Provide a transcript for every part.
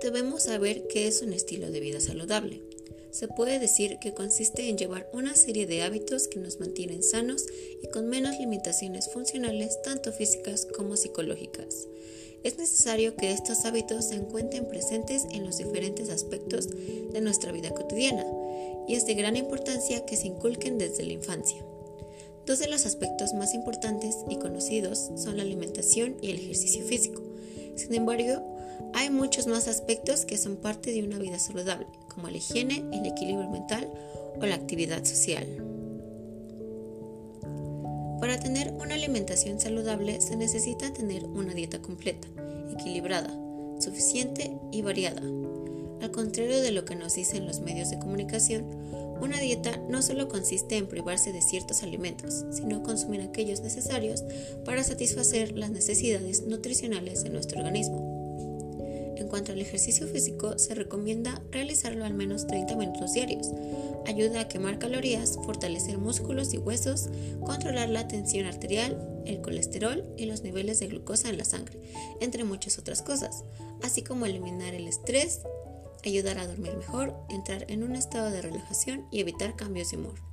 debemos saber qué es un estilo de vida saludable. Se puede decir que consiste en llevar una serie de hábitos que nos mantienen sanos y con menos limitaciones funcionales, tanto físicas como psicológicas. Es necesario que estos hábitos se encuentren presentes en los diferentes aspectos de nuestra vida cotidiana y es de gran importancia que se inculquen desde la infancia. Dos de los aspectos más importantes y conocidos son la alimentación y el ejercicio físico. Sin embargo, hay muchos más aspectos que son parte de una vida saludable, como la higiene, el equilibrio mental o la actividad social. Para tener una alimentación saludable se necesita tener una dieta completa, equilibrada, suficiente y variada. Al contrario de lo que nos dicen los medios de comunicación, una dieta no solo consiste en privarse de ciertos alimentos, sino consumir aquellos necesarios para satisfacer las necesidades nutricionales de nuestro organismo. En cuanto al ejercicio físico, se recomienda realizarlo al menos 30 minutos diarios. Ayuda a quemar calorías, fortalecer músculos y huesos, controlar la tensión arterial, el colesterol y los niveles de glucosa en la sangre, entre muchas otras cosas, así como eliminar el estrés, ayudar a dormir mejor, entrar en un estado de relajación y evitar cambios de humor.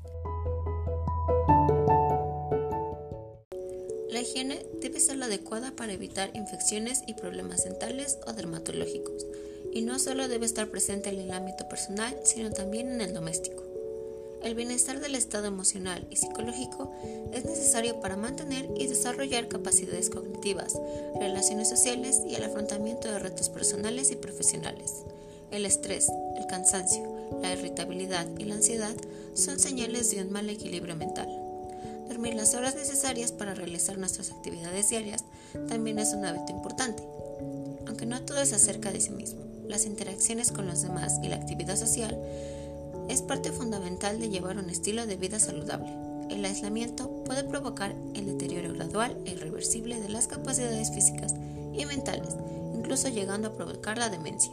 La higiene debe ser la adecuada para evitar infecciones y problemas dentales o dermatológicos, y no solo debe estar presente en el ámbito personal, sino también en el doméstico. El bienestar del estado emocional y psicológico es necesario para mantener y desarrollar capacidades cognitivas, relaciones sociales y el afrontamiento de retos personales y profesionales. El estrés, el cansancio, la irritabilidad y la ansiedad son señales de un mal equilibrio mental. Dormir las horas necesarias para realizar nuestras actividades diarias también es un hábito importante. Aunque no todo es acerca de sí mismo, las interacciones con los demás y la actividad social es parte fundamental de llevar un estilo de vida saludable. El aislamiento puede provocar el deterioro gradual e irreversible de las capacidades físicas y mentales, incluso llegando a provocar la demencia.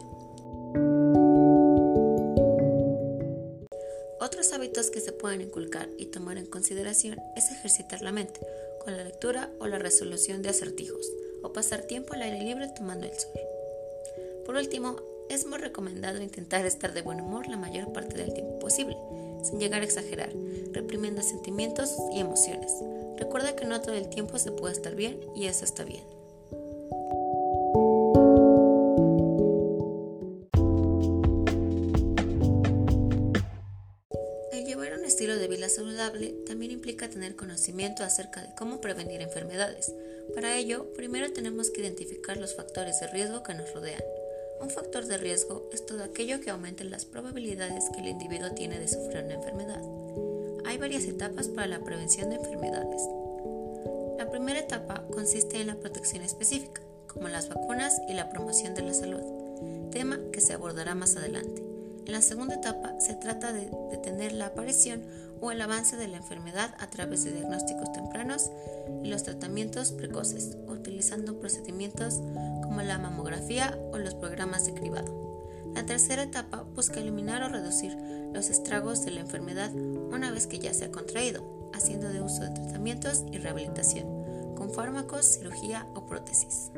Otros hábitos que se pueden inculcar y tomar en consideración es ejercitar la mente con la lectura o la resolución de acertijos, o pasar tiempo al aire libre tomando el sol. Por último, es muy recomendado intentar estar de buen humor la mayor parte del tiempo posible, sin llegar a exagerar, reprimiendo sentimientos y emociones. Recuerda que no todo el tiempo se puede estar bien y eso está bien. El estilo de vida saludable también implica tener conocimiento acerca de cómo prevenir enfermedades. Para ello, primero tenemos que identificar los factores de riesgo que nos rodean. Un factor de riesgo es todo aquello que aumente las probabilidades que el individuo tiene de sufrir una enfermedad. Hay varias etapas para la prevención de enfermedades. La primera etapa consiste en la protección específica, como las vacunas y la promoción de la salud, tema que se abordará más adelante. En la segunda etapa se trata de detener la aparición o el avance de la enfermedad a través de diagnósticos tempranos y los tratamientos precoces, utilizando procedimientos como la mamografía o los programas de cribado. La tercera etapa busca eliminar o reducir los estragos de la enfermedad una vez que ya se ha contraído, haciendo de uso de tratamientos y rehabilitación, con fármacos, cirugía o prótesis.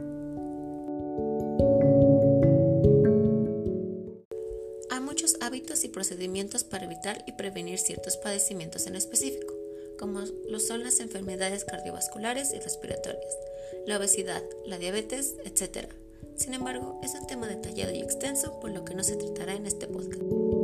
Hábitos y procedimientos para evitar y prevenir ciertos padecimientos en específico, como lo son las enfermedades cardiovasculares y respiratorias, la obesidad, la diabetes, etc. Sin embargo, es un tema detallado y extenso, por lo que no se tratará en este podcast.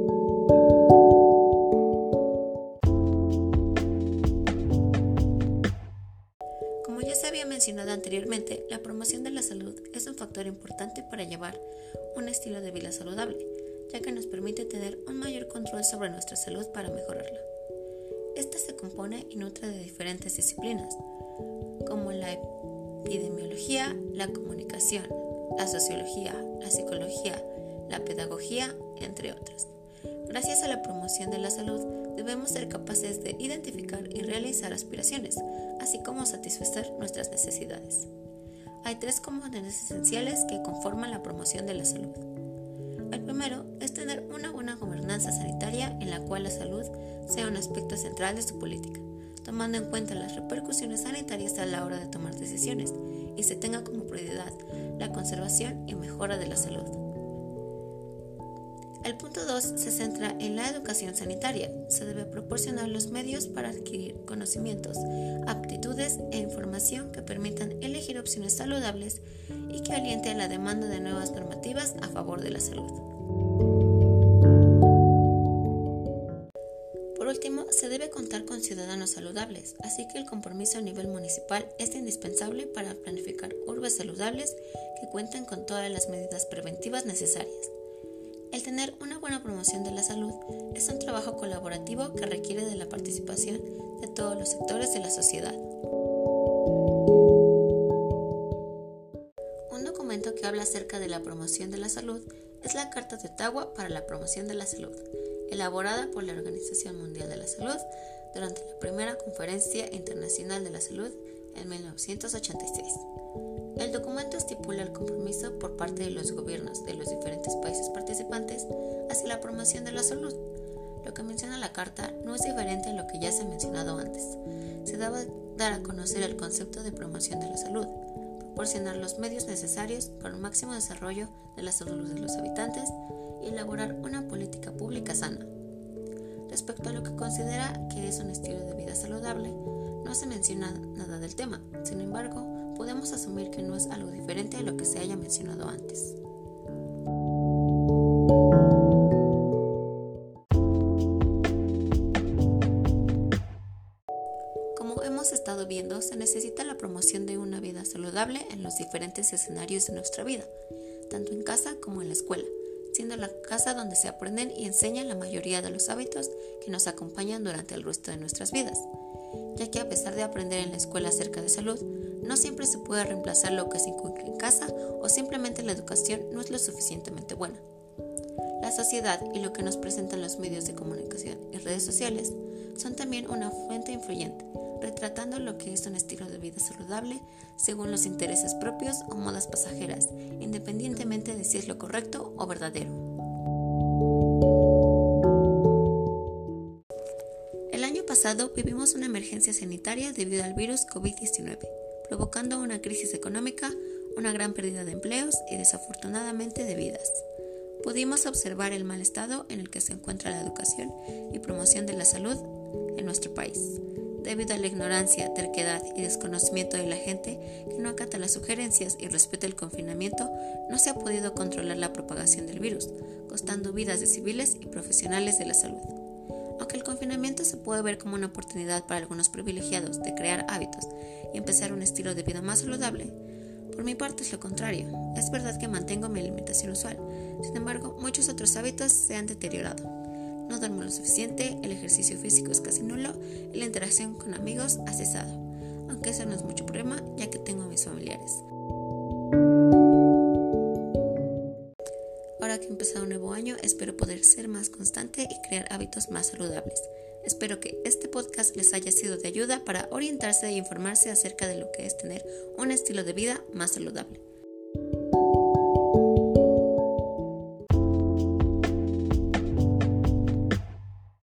Como ya se había mencionado anteriormente, la promoción de la salud es un factor importante para llevar un estilo de vida saludable, ya que nos permite tener un mayor control sobre nuestra salud para mejorarla. Esta se compone y nutre de diferentes disciplinas, como la epidemiología, la comunicación, la sociología, la psicología, la pedagogía, entre otras. Gracias a la promoción de la salud, debemos ser capaces de identificar y realizar aspiraciones, así como satisfacer nuestras necesidades. Hay 3 componentes esenciales que conforman la promoción de la salud. El primero es tener una buena gobernanza sanitaria en la cual la salud sea un aspecto central de su política, tomando en cuenta las repercusiones sanitarias a la hora de tomar decisiones y se tenga como prioridad la conservación y mejora de la salud. El punto 2 se centra en la educación sanitaria. Se debe proporcionar los medios para adquirir conocimientos, aptitudes e información que permitan elegir opciones saludables y que aliente a la demanda de nuevas normativas a favor de la salud. Por último, se debe contar con ciudadanos saludables, así que el compromiso a nivel municipal es indispensable para planificar urbes saludables que cuenten con todas las medidas preventivas necesarias. El tener una buena promoción de la salud es un trabajo colaborativo que requiere de la participación de todos los sectores de la sociedad. Un documento que habla acerca de la promoción de la salud es la Carta de Ottawa para la Promoción de la Salud, elaborada por la Organización Mundial de la Salud durante la primera Conferencia Internacional de la Salud en 1986. El documento estipula el compromiso por parte de los gobiernos de los diferentes países participantes hacia la promoción de la salud. Lo que menciona la Carta no es diferente a lo que ya se ha mencionado antes. Se debe dar a conocer el concepto de promoción de la salud, proporcionar los medios necesarios para un máximo desarrollo de la salud de los habitantes y elaborar una política pública sana. Respecto a lo que considera que es un estilo de vida saludable, no se menciona nada del tema. Sin embargo, podemos asumir que no es algo diferente a lo que se haya mencionado antes. Como hemos estado viendo, se necesita la promoción de una vida saludable en los diferentes escenarios de nuestra vida, tanto en casa como en la escuela, siendo la casa donde se aprenden y enseñan la mayoría de los hábitos que nos acompañan durante el resto de nuestras vidas, ya que a pesar de aprender en la escuela acerca de salud, no siempre se puede reemplazar lo que se inculca en casa o simplemente la educación no es lo suficientemente buena. La sociedad y lo que nos presentan los medios de comunicación y redes sociales son también una fuente influyente, retratando lo que es un estilo de vida saludable según los intereses propios o modas pasajeras, independientemente de si es lo correcto o verdadero. El año pasado vivimos una emergencia sanitaria debido al virus COVID-19, provocando una crisis económica, una gran pérdida de empleos y desafortunadamente de vidas. Pudimos observar el mal estado en el que se encuentra la educación y promoción de la salud en nuestro país, debido a la ignorancia, terquedad y desconocimiento de la gente que no acata las sugerencias y respeta el confinamiento. No se ha podido controlar la propagación del virus, costando vidas de civiles y profesionales de la salud. Aunque el confinamiento se puede ver como una oportunidad para algunos privilegiados de crear hábitos y empezar un estilo de vida más saludable, por mi parte es lo contrario. Es verdad que mantengo mi alimentación usual, sin embargo, muchos otros hábitos se han deteriorado. No duermo lo suficiente, el ejercicio físico es casi nulo y la interacción con amigos ha cesado, aunque eso no es mucho problema ya que tengo a mis familiares. Ahora que ha empezado un nuevo año, espero poder ser más constante y crear hábitos más saludables. Espero que este podcast les haya sido de ayuda para orientarse e informarse acerca de lo que es tener un estilo de vida más saludable.